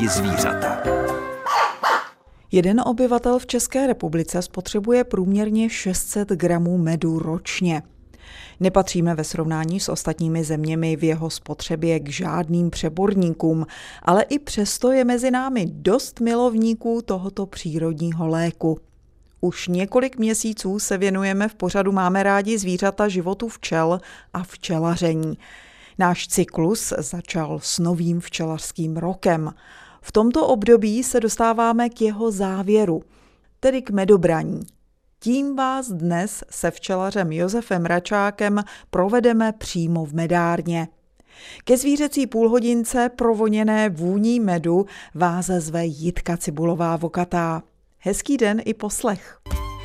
rádi zvířata. Jeden obyvatel v České republice spotřebuje průměrně 600 gramů medu ročně. Nepatříme ve srovnání s ostatními zeměmi v jeho spotřebě k žádným přeborníkům, ale i přesto je mezi námi dost milovníků tohoto přírodního léku. Už několik měsíců se věnujeme v pořadu Máme rádi zvířata životu včel a včelaření. Náš cyklus začal s novým včelařským rokem. V tomto období se dostáváme k jeho závěru, tedy k medobraní. Tím vás dnes se včelařem Josefem Račákem provedeme přímo v medárně. Ke zvířecí půlhodince provoněné vůní medu vás zve Jitka Cibulová-Vokatá. Hezký den i poslech.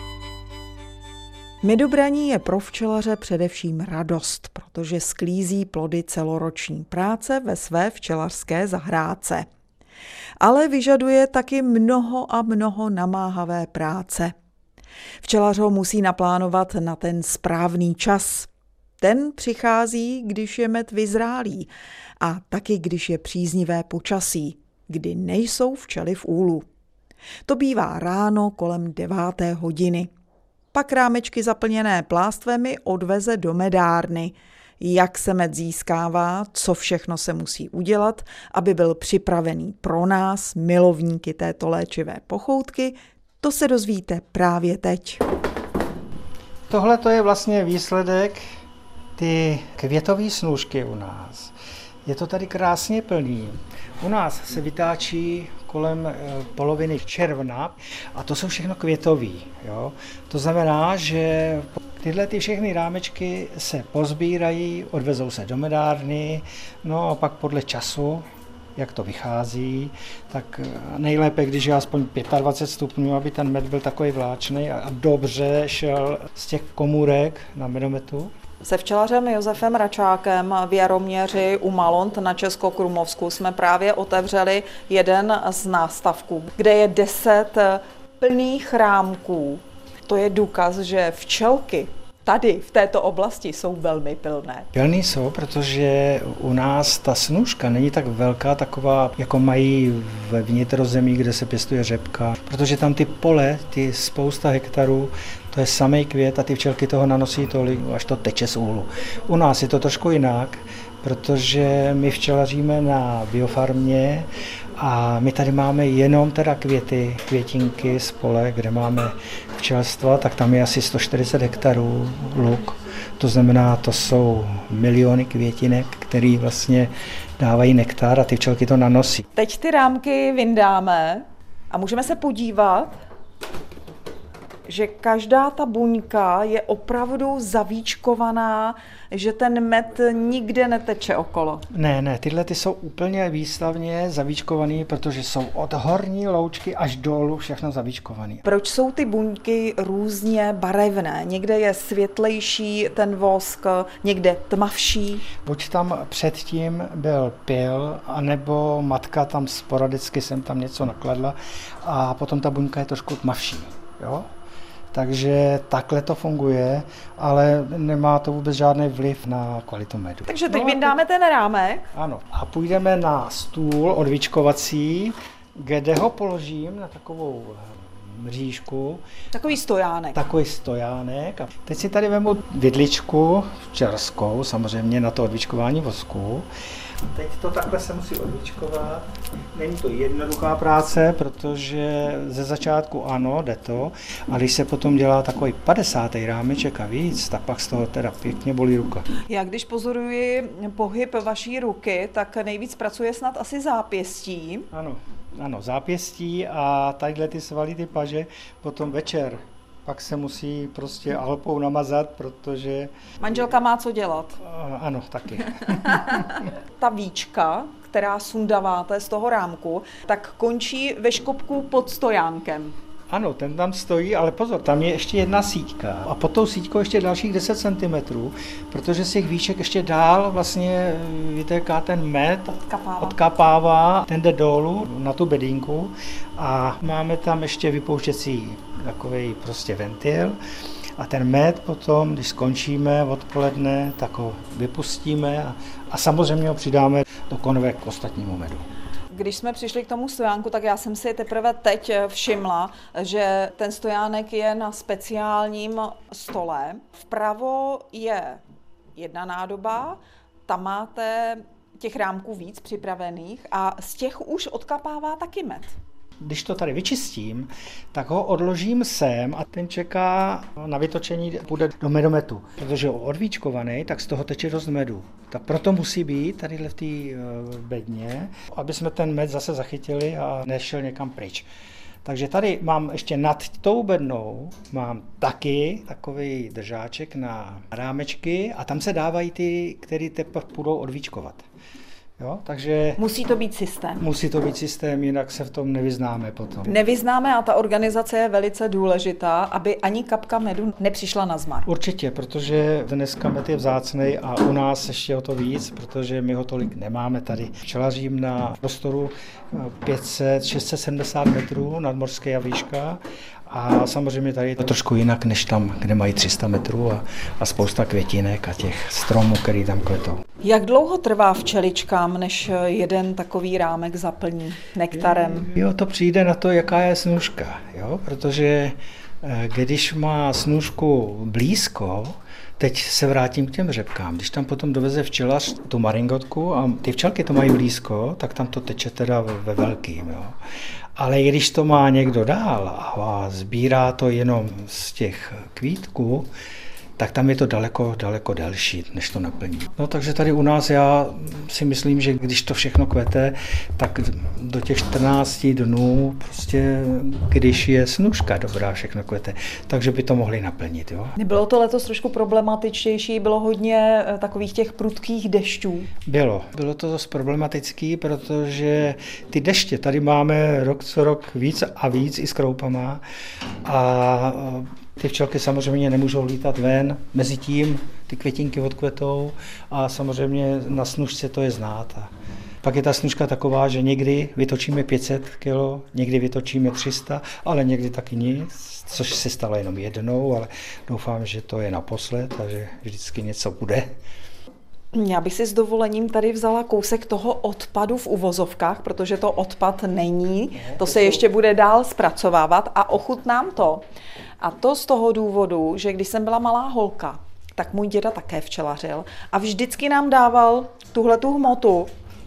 Medobraní je pro včelaře především radost, protože sklízí plody celoroční práce ve své včelařské zahrádce. Ale vyžaduje taky mnoho a mnoho namáhavé práce. Včelař ho musí naplánovat na ten správný čas. Ten přichází, když je med vyzrálý a taky když je příznivé počasí, kdy nejsou včely v úlu. To bývá ráno kolem 9. hodiny. Pak rámečky zaplněné plástvemi odveze do medárny. Jak se med získává, co všechno se musí udělat, aby byl připravený pro nás, milovníky této léčivé pochoutky, to se dozvíte právě teď. Tohle to je vlastně výsledek ty květové snůžky u nás. Je to tady krásně plný. U nás se vytáčí kolem poloviny června a to jsou všechno květový. Jo? To znamená, že tyhle ty všechny rámečky se pozbírají, odvezou se do medárny, no a pak podle času, jak to vychází, tak nejlépe, když je aspoň 25 stupňů, aby ten med byl takový vláčný a dobře šel z těch komůrek na medometu. Se včelařem Josefem Račákem v Jaroměři u Malont na Českokrumlovsku jsme právě otevřeli jeden z nástavků, kde je 10 plných rámků. To je důkaz, že včelky tady v této oblasti jsou velmi pilné. Pilný jsou, protože u nás ta snůžka není tak velká, taková, jako mají ve vnitrozemí, kde se pěstuje řepka, protože tam ty pole, ty spousta hektarů, to je samej květ a ty včelky toho nanosí tolik, až to teče z úhlu. U nás je to trošku jinak, protože my včelaříme na biofarmě a my tady máme jenom teda květinky z pole, kde máme včelstva, tak tam je asi 140 hektarů luk. To znamená, to jsou miliony květinek, které vlastně dávají nektar a ty včelky to nanosí. Teď ty rámky vyndáme a můžeme se podívat, že každá ta buňka je opravdu zavíčkovaná, že ten med nikde neteče okolo. Ne, tyhle ty jsou úplně výslavně zavíčkovaný, protože jsou od horní loučky až dolů všechno zavíčkovaný. Proč jsou ty buňky různě barevné? Někde je světlejší ten vosk, někde tmavší? Buď tam předtím byl pil, anebo matka tam sporadicky sem tam něco nakladla a potom ta buňka je trošku tmavší. Jo? Takže takhle to funguje, ale nemá to vůbec žádný vliv na kvalitu medu. Takže teď vyndáme ten rámek. Ano. A půjdeme na stůl odvíčkovací, kde ho položím na takovou mřížku. Takový stojánek. Takový stojánek. A teď si tady vemu vidličku včelařskou, samozřejmě na to odvíčkování vosku. Teď to takhle se musí odvíčkovat. Není to jednoduchá práce, protože ze začátku ano, jde to, ale když se potom dělá takový 50. rámeček a víc, tak pak z toho teda pěkně bolí ruka. Já když pozoruji pohyb vaší ruky, tak nejvíc pracuje snad asi zápěstí. Ano, zápěstí a tadyhle ty svaly, ty paže potom večer. Pak se musí prostě alpou namazat, protože... Manželka má co dělat. Ano, taky. Ta víčka, která sundáváte z toho rámku, tak končí ve škopku pod stojánkem. Ano, ten tam stojí, ale pozor, tam je ještě jedna síťka a pod tou síťkou ještě dalších 10 cm, protože z těch víček ještě dál vlastně vytéká ten med, odkapává, ten jde dolů na tu bedínku a máme tam ještě vypouštěcí takový prostě ventil a ten med potom, když skončíme odpoledne, tak ho vypustíme a samozřejmě ho přidáme do konve k ostatnímu medu. Když jsme přišli k tomu stojánku, tak já jsem si teprve teď všimla, že ten stojánek je na speciálním stole. Vpravo je jedna nádoba, tam máte těch rámků víc připravených a z těch už odkapává taky med. Když to tady vyčistím, tak ho odložím sem a ten čeká na vytočení, půjde do medometu. Protože je odvíčkovaný, tak z toho teče dost medu. Tak proto musí být tadyhle v té bedně, aby jsme ten med zase zachytili a nešel někam pryč. Takže tady mám ještě nad tou bednou, mám taky takový držáček na rámečky a tam se dávají ty, které teprve půjdou odvíčkovat. Jo, takže musí to být systém. Musí to být systém, jinak se v tom nevyznáme potom. Nevyznáme a ta organizace je velice důležitá, aby ani kapka medu nepřišla na zmar. Určitě, protože dneska med je vzácnej a u nás ještě o to víc, protože my ho tolik nemáme tady. Včelařím na prostoru 670 metrů nadmořské výška a samozřejmě tady je to trošku jinak, než tam, kde mají 300 metrů a spousta květinek a těch stromů, který tam kvetou. Jak dlouho trvá včeličkám, než jeden takový rámek zaplní nektarem? Jo, to přijde na to, jaká je snůžka, jo? Protože když má snůžku blízko, teď se vrátím k těm řepkám. Když tam potom doveze včelař tu maringotku a ty včelky to mají blízko, tak tam to teče teda ve velkým. Jo? Ale když to má někdo dál a sbírá to jenom z těch kvítků, tak tam je to daleko delší, než to naplní. No takže tady u nás já si myslím, že když to všechno kvete, tak do těch 14 dnů, prostě, když je snůžka dobrá, všechno kvete, takže by to mohli naplnit. Jo? Nebylo to letos trošku problematičtější, bylo hodně takových těch prudkých dešťů? Bylo to dost problematický, protože ty deště tady máme rok co rok víc a víc i s kroupama a ty včelky samozřejmě nemůžou lítat ven, mezi tím ty květinky odkvetou a samozřejmě na snůžce to je znát. A pak je ta snůžka taková, že někdy vytočíme 500 kg, někdy vytočíme 300, ale někdy taky nic, což se stalo jenom jednou, ale doufám, že to je naposled a že vždycky něco bude. Já bych si s dovolením tady vzala kousek toho odpadu v uvozovkách, protože to odpad není, to se ještě bude dál zpracovávat a ochutnám to. A to z toho důvodu, že když jsem byla malá holka, tak můj děda také včelařil a vždycky nám dával tuhletu hmotu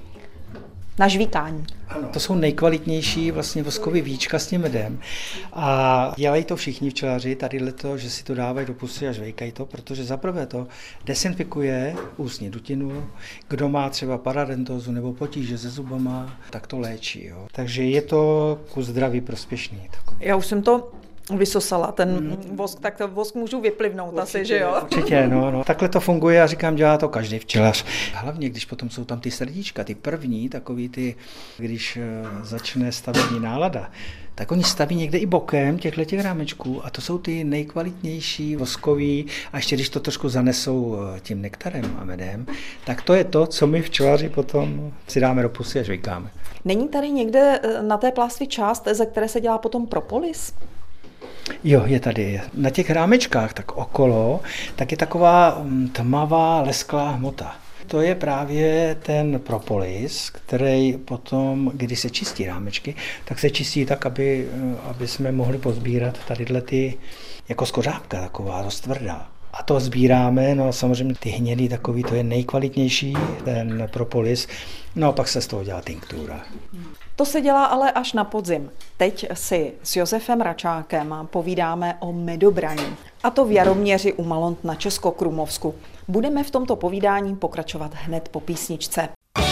na žvíkání. Ano. To jsou nejkvalitnější vlastně voskový víčka s tím medem a dělají to všichni včelaři, tadyhle to, že si to dávají do pusy a žvejkají to, protože zaprvé to dezinfikuje ústní dutinu, kdo má třeba paradentózu nebo potíže se zubama, tak to léčí. Jo. Takže je to ku zdraví prospěšný. Takový. Já už jsem to vysosala, ten vosk, tak ten vosk můžu vyplivnout určitě, asi, že jo? Určitě, no. Takhle to funguje a říkám, dělá to každý včelař. Hlavně, když potom jsou tam ty srdíčka, ty první, takový ty, když začne stavební nálada, tak oni staví někde i bokem těchto rámečků a to jsou ty nejkvalitnější voskový a ještě když to trošku zanesou tím nektarem a medem, tak to je to, co my včelaři potom si dáme do pusy a žvejkáme. Není tady někde na té plástvi část, ze které se dělá potom propolis? Jo, je tady. Na těch rámečkách tak okolo, tak je taková tmavá lesklá hmota. To je právě ten propolis, který potom, když se čistí rámečky, tak se čistí tak, aby jsme mohli pozbírat tadyhle ty, jako skořápka taková, dost tvrdá. A to sbíráme, no samozřejmě ty hnědý takový, to je nejkvalitnější, ten propolis, no a pak se z toho dělá tinktura. To se dělá ale až na podzim. Teď si s Josefem Račákem povídáme o medobraní. A to v Jaroměři u Malont na Českokrumlovsku. Budeme v tomto povídání pokračovat hned po písničce.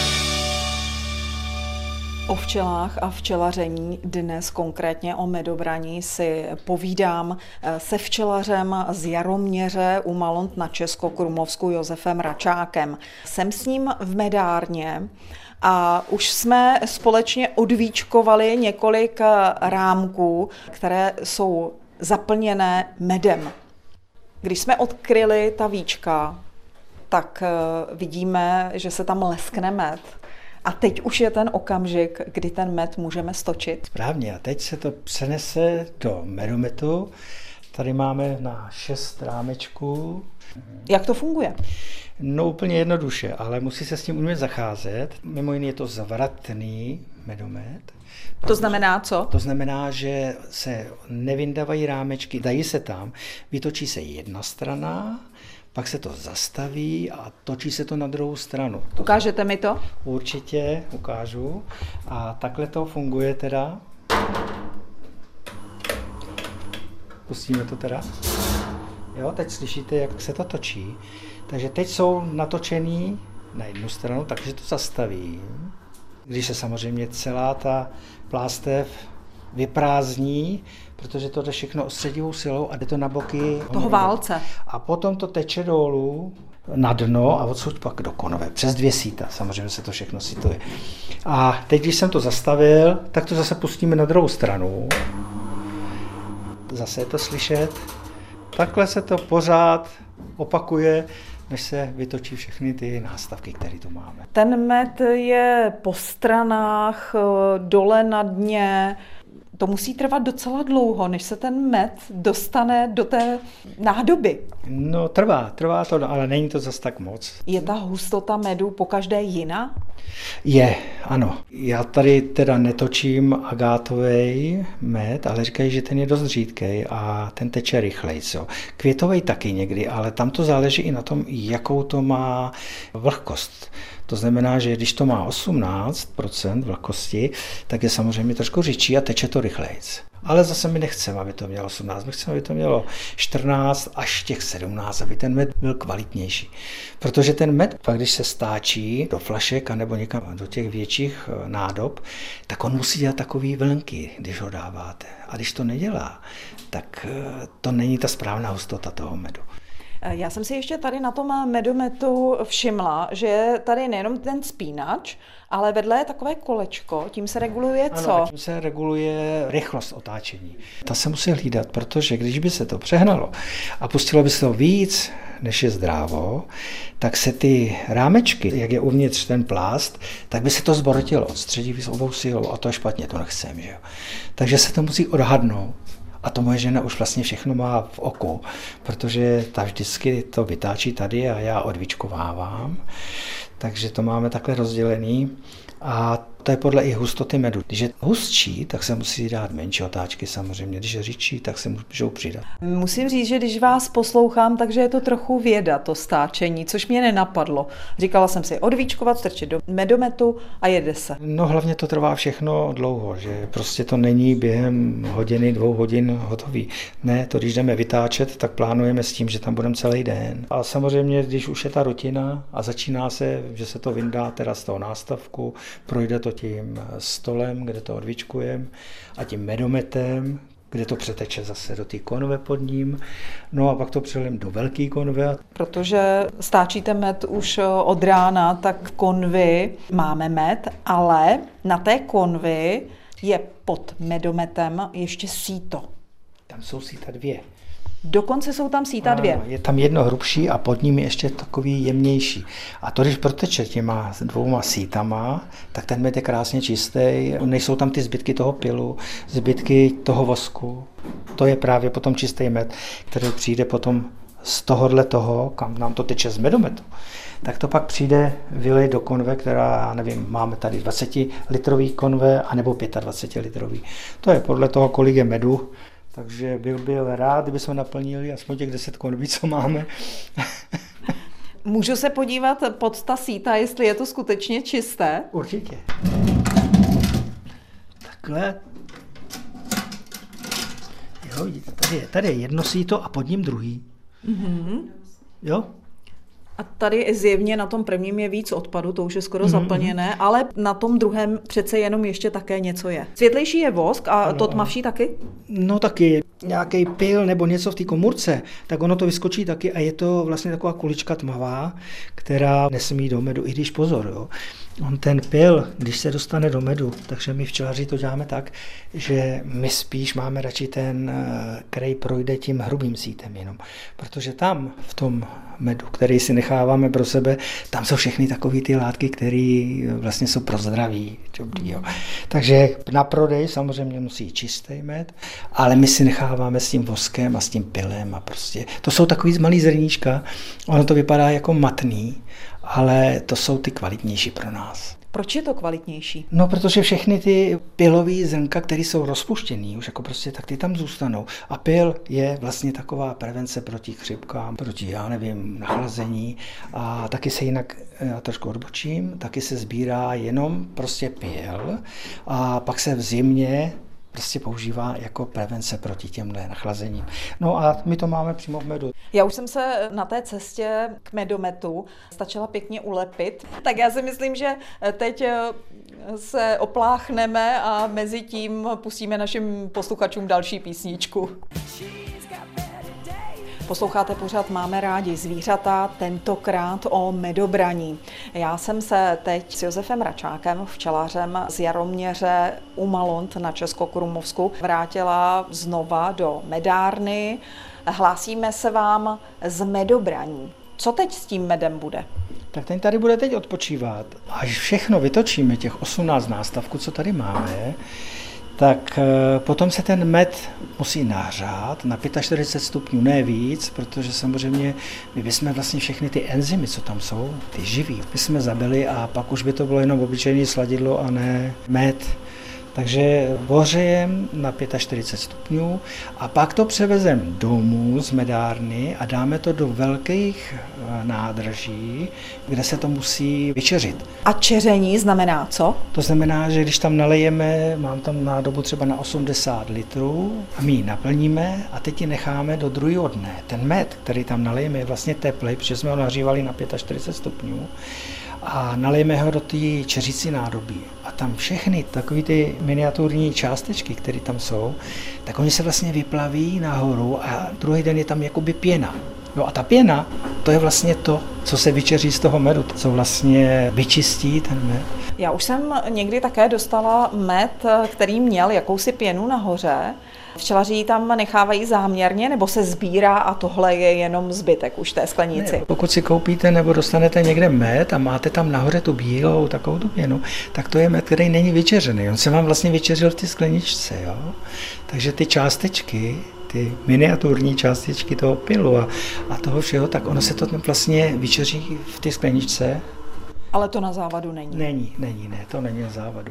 O včelách a včelaření, dnes konkrétně o medobraní, si povídám se včelařem z Jaroměře u Malont na Českokrumlovsku Josefem Račákem. Jsem s ním v medárně a už jsme společně odvíčkovali několik rámků, které jsou zaplněné medem. Když jsme odkryli ta víčka, tak vidíme, že se tam leskne med. A teď už je ten okamžik, kdy ten med můžeme stočit. Správně, a teď se to přenese do medometu. Tady máme na 6 rámečků. Jak to funguje? No úplně jednoduše, ale musí se s tím umět zacházet. Mimo jiné je to zavratný medomet. To znamená co? To znamená, že se nevyndávají rámečky, dají se tam, vytočí se jedna strana, pak se to zastaví a točí se to na druhou stranu. Ukážete mi to? Určitě ukážu. A takhle to funguje teda. Pustíme to teda. Jo, teď slyšíte, jak se to točí. Takže teď jsou natočený na jednu stranu, takže to zastavím. Když se samozřejmě celá ta plástev vyprázdní, protože to jde všechno ostředivou silou a jde to na boky toho válce. A potom to teče dolů na dno a odsud pak do konve. Přes 2 síta, samozřejmě se to všechno situje. A teď, když jsem to zastavil, tak to zase pustíme na druhou stranu. Zase je to slyšet. Takhle se to pořád opakuje, než se vytočí všechny ty nástavky, které tu máme. Ten med je po stranách, dole na dně. To musí trvat docela dlouho, než se ten med dostane do té nádoby. No trvá to, ale není to zas tak moc. Je ta hustota medu pokaždé jiná? Je, ano. Já tady teda netočím agátovej med, ale říkají, že ten je dost řídkej a ten teče rychleji. Květovej taky někdy, ale tam to záleží i na tom, jakou to má vlhkost. To znamená, že když to má 18% vlhkosti, tak je samozřejmě trošku řidčí a teče to rychlejc. Ale zase my nechceme, aby to mělo 18, my chceme, aby to mělo 14 až těch 17, aby ten med byl kvalitnější. Protože ten med, pak když se stáčí do flašek anebo někam do těch větších nádob, tak on musí dělat takový vlnky, když ho dáváte. A když to nedělá, tak to není ta správná hustota toho medu. Já jsem si ještě tady na tom medometu všimla, že je tady nejenom ten spínač, ale vedle je takové kolečko, tím se reguluje co? Ano, tím se reguluje rychlost otáčení. Ta se musí hlídat, protože když by se to přehnalo a pustilo by se to víc, než je zdrávo, tak se ty rámečky, jak je uvnitř ten plást, tak by se to zbortilo, odstředí s obou silou a to je špatně, to nechceme, že jo. Takže se to musí odhadnout. A to moje žena už vlastně všechno má v oku, protože ta vždycky to vytáčí tady a já odvíčkovávám. Takže to máme takhle rozdělený. A to je podle i hustoty medu. Když je hustší, tak se musí dát menší otáčky samozřejmě. Když je řidší, tak se můžou přidat. Musím říct, že když vás poslouchám, takže je to trochu věda, to stáčení, což mě nenapadlo. Říkala jsem si odvíčkovat, strčit do medometu a jede se. No hlavně to trvá všechno dlouho, že prostě to není během hodiny, 2 hodin hotový. Ne, to když jdeme vytáčet, tak plánujeme s tím, že tam budeme celý den. A samozřejmě, když už je ta rutina a začíná se, že se to vyndá teda z toho nástavku, projde to tím stolem, kde to odvíčkujeme, a tím medometem, kde to přeteče zase do té konve pod ním. No a pak to přelím do velké konve. Protože stáčíte med už od rána, tak v konvi máme med, ale na té konvi je pod medometem ještě síto. Tam jsou síta 2. Dokonce jsou tam síta 2. Je tam jedno hrubší a pod ním ještě takový jemnější. A to, když proteče těma 2 sítama, tak ten med je krásně čistý. Nejsou tam ty zbytky toho pilu, zbytky toho vosku. To je právě potom čistý med, který přijde potom z toho, kam nám to teče z medometu. Tak to pak přijde vylej do konve, která, já nevím, máme tady 20-litrový konve anebo 25-litrový. To je podle toho, kolik je medu. Takže byl rád, kdyby jsme naplnili aspoň těch 10 konví, co máme. Můžu se podívat pod ta síta, jestli je to skutečně čisté? Určitě. Takhle. Jo, vidíte, tady je jedno síto a pod ním druhý. Mm-hmm. Jo? A tady zjevně na tom prvním je víc odpadu, to už je skoro zaplněné, ale na tom druhém přece jenom ještě také něco je. Světlejší je vosk a ano, to tmavší taky? No taky. Nějaký pil nebo něco v té komůrce, tak ono to vyskočí taky a je to vlastně taková kulička tmavá, která nesmí do medu, i když pozor, jo. On ten pil, když se dostane do medu, takže my včelaři to děláme tak, že my spíš máme radši ten, který projde tím hrubým sítem jenom, protože tam v tom medu, který si necháváme pro sebe, tam jsou všechny takové ty látky, které vlastně jsou pro zdraví. Dobrý, jo. Takže na prodej samozřejmě musí čistý med, ale my si necháváme s tím voskem a s tím pilem a prostě, to jsou takový malý zrníčka, ono to vypadá jako matný, ale to jsou ty kvalitnější pro nás. Proč je to kvalitnější? No, protože všechny ty pilové zrnka, které jsou rozpuštěný, už jako prostě, tak ty tam zůstanou. A pil je vlastně taková prevence proti chřipkám, proti, já nevím, nachlazení. A taky se jinak, já trošku odbočím, taky se sbírá jenom prostě pil a pak se v zimě prostě používá jako prevence proti těmhle nachlazením. No a my to máme přímo v medu. Já už jsem se na té cestě k medometu stačila pěkně ulepit, tak já si myslím, že teď se opláchneme a mezi tím pustíme našim posluchačům další písničku. Posloucháte pořad Máme rádi zvířata, tentokrát o medobraní. Já jsem se teď s Josefem Račákem, včelařem z Jaroměře u Malont na Českokrumlovsku, vrátila znova do medárny. Hlásíme se vám z medobraní. Co teď s tím medem bude? Tak ten tady bude teď odpočívat. Až všechno vytočíme, těch 18 nástavků, co tady máme, tak potom se ten med musí nahřát na 45 stupňů, ne víc, protože samozřejmě my bychom vlastně všechny ty enzymy, co tam jsou, ty živý, bychom zabili a pak už by to bylo jenom obyčejné sladidlo a ne med. Takže ohřejeme na 45 stupňů a pak to převezeme domů z medárny a dáme to do velkých nádrží, kde se to musí vyčeřit. A čeření znamená co? To znamená, že když tam nalejeme, mám tam nádobu třeba na 80 litrů a my ji naplníme a teď ji necháme do druhého dne. Ten med, který tam nalejeme, je vlastně teplý, protože jsme ho nahřívali na 45 stupňů. A nalejeme ho do té čeřící nádoby. A tam všechny takové ty miniaturní částečky, které tam jsou, tak oni se vlastně vyplaví nahoru a druhý den je tam jakoby pěna. No a ta pěna, to je vlastně to, co se vyčeří z toho medu, co vlastně vyčistí ten med. Já už jsem někdy také dostala med, který měl jakousi pěnu nahoře. Včelaři ji tam nechávají záměrně, nebo se sbírá a tohle je jenom zbytek už té sklenici? Ne, pokud si koupíte nebo dostanete někde med a máte tam nahoře tu bílou, takovou tu pěnu, tak to je med, který není vyčeřený. On se vám vlastně vyčeřil v té skleničce. Jo? Takže ty částečky, ty miniaturní částečky toho pilu a toho všeho, tak ono se to vlastně vyčeří v té skleničce. Ale to na závadu není. Ne, to není na závadu.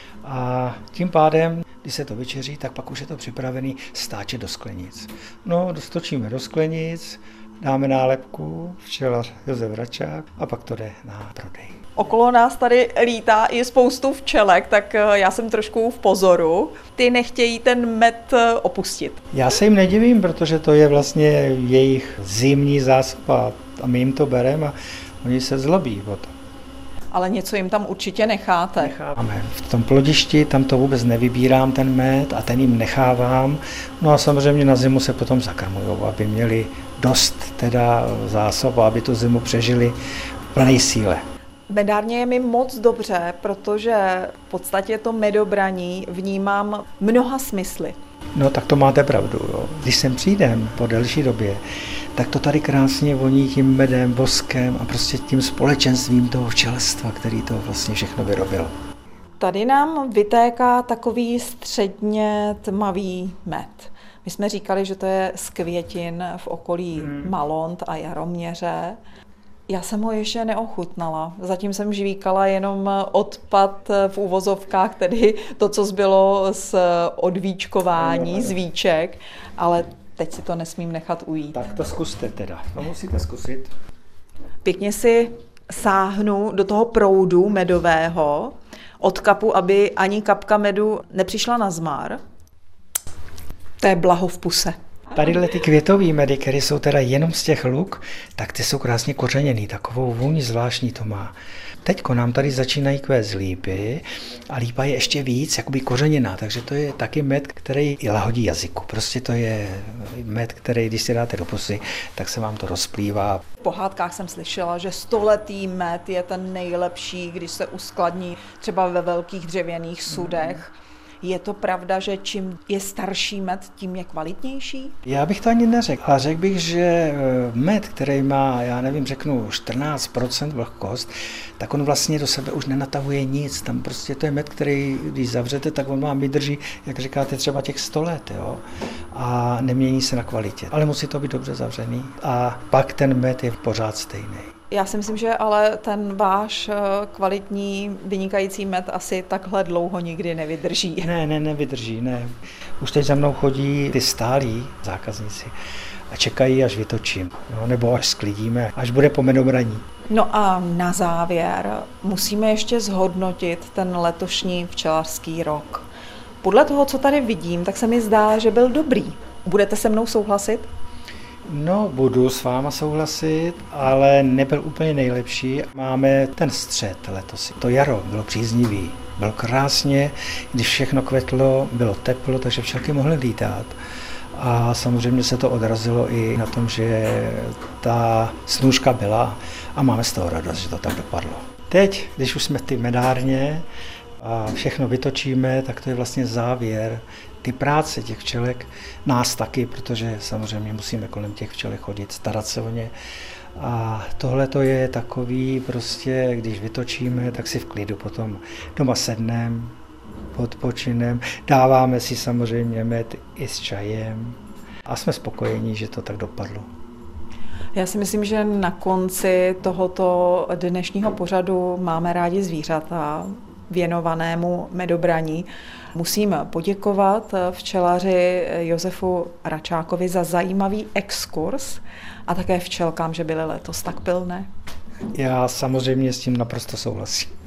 A tím pádem, když se to vyčeří, tak pak už je to připravený stáčet do sklenic. No, stočíme do sklenic, dáme nálepku, včelař Josef Račák a pak to jde na prodej. Okolo nás tady lítá i spoustu včelek, tak já jsem trošku v pozoru. Ty nechtějí ten med opustit. Já se jim nedivím, protože to je vlastně jejich zimní zásoba a my jim to bereme a oni se zlobí o to. Ale něco jim tam určitě necháte. Necháváme. V tom plodišti tam to vůbec nevybírám ten med a ten jim nechávám. No a samozřejmě na zimu se potom zakrmujou, aby měli dost teda zásob, aby tu zimu přežili v plné síle. Medárně je mi moc dobře, protože v podstatě to medobraní vnímám mnoha smysly. No tak to máte pravdu. Jo. Když sem přijdem po delší době, tak to tady krásně voní tím medem, voskem a prostě tím společenstvím toho včelstva, který to vlastně všechno vyrobil. Tady nám vytéká takový středně tmavý med. My jsme říkali, že to je z květin v okolí Malont a Jaroměře. Já jsem ho ještě neochutnala. Zatím jsem žvíkala jenom odpad v uvozovkách, tedy to, co zbylo z odvíčkování, z víček, ale teď si to nesmím nechat ujít. Tak to zkuste teda, to musíte zkusit. Pěkně si sáhnu do toho proudu medového od kapu, aby ani kapka medu nepřišla na zmar. To je blaho v puse. Tadyhle ty květový medy, které jsou teda jenom z těch luk, tak ty jsou krásně kořeněný, takovou vůni zvláštní to má. Teďko nám tady začínají kvést lípy a lípa je ještě víc jakoby kořeněná, takže to je taky med, který i lahodí jazyku. Prostě to je med, který když si dáte do pusy, tak se vám to rozplývá. V pohádkách jsem slyšela, že stoletý med je ten nejlepší, když se uskladní třeba ve velkých dřevěných sudech. Je to pravda, že čím je starší med, tím je kvalitnější? Já bych to ani neřekl, ale řekl bych, že med, který má, já nevím, řeknu 14% vlhkost, tak on vlastně do sebe už nenatahuje nic. Tam prostě to je med, který, když zavřete, tak on vám vydrží, jak říkáte, třeba těch 100 let, jo? A nemění se na kvalitě. Ale musí to být dobře zavřený a pak ten med je pořád stejný. Já si myslím, že ale ten váš kvalitní, vynikající med asi takhle dlouho nikdy nevydrží. Nevydrží. Už teď za mnou chodí ty stálí zákazníci a čekají, až vytočím, nebo až sklidíme, až bude po medobraní. No a na závěr musíme ještě zhodnotit ten letošní včelařský rok. Podle toho, co tady vidím, tak se mi zdá, že byl dobrý. Budete se mnou souhlasit? No, budu s váma souhlasit, ale nebyl úplně nejlepší. Máme ten střed letos. To jaro bylo příznivý, bylo krásně, když všechno kvetlo, bylo teplo, takže včelky mohly lítat. A samozřejmě se to odrazilo i na tom, že ta snůška byla a máme z toho radost, že to tak dopadlo. Teď, když už jsme v té medárně a všechno vytočíme, tak to je vlastně závěr ty práce těch včelek, nás taky, protože samozřejmě musíme kolem těch včelek chodit, starat se o ně. A tohle to je takový prostě, když vytočíme, tak si v klidu potom doma sedneme, odpočinem, dáváme si samozřejmě med i s čajem a jsme spokojení, že to tak dopadlo. Já si myslím, že na konci tohoto dnešního pořadu Máme rádi zvířata věnovanému medobraní. Musím poděkovat včelaři Josefu Račákovi za zajímavý exkurs a také včelkám, že byly letos tak pilné. Já samozřejmě s tím naprosto souhlasím.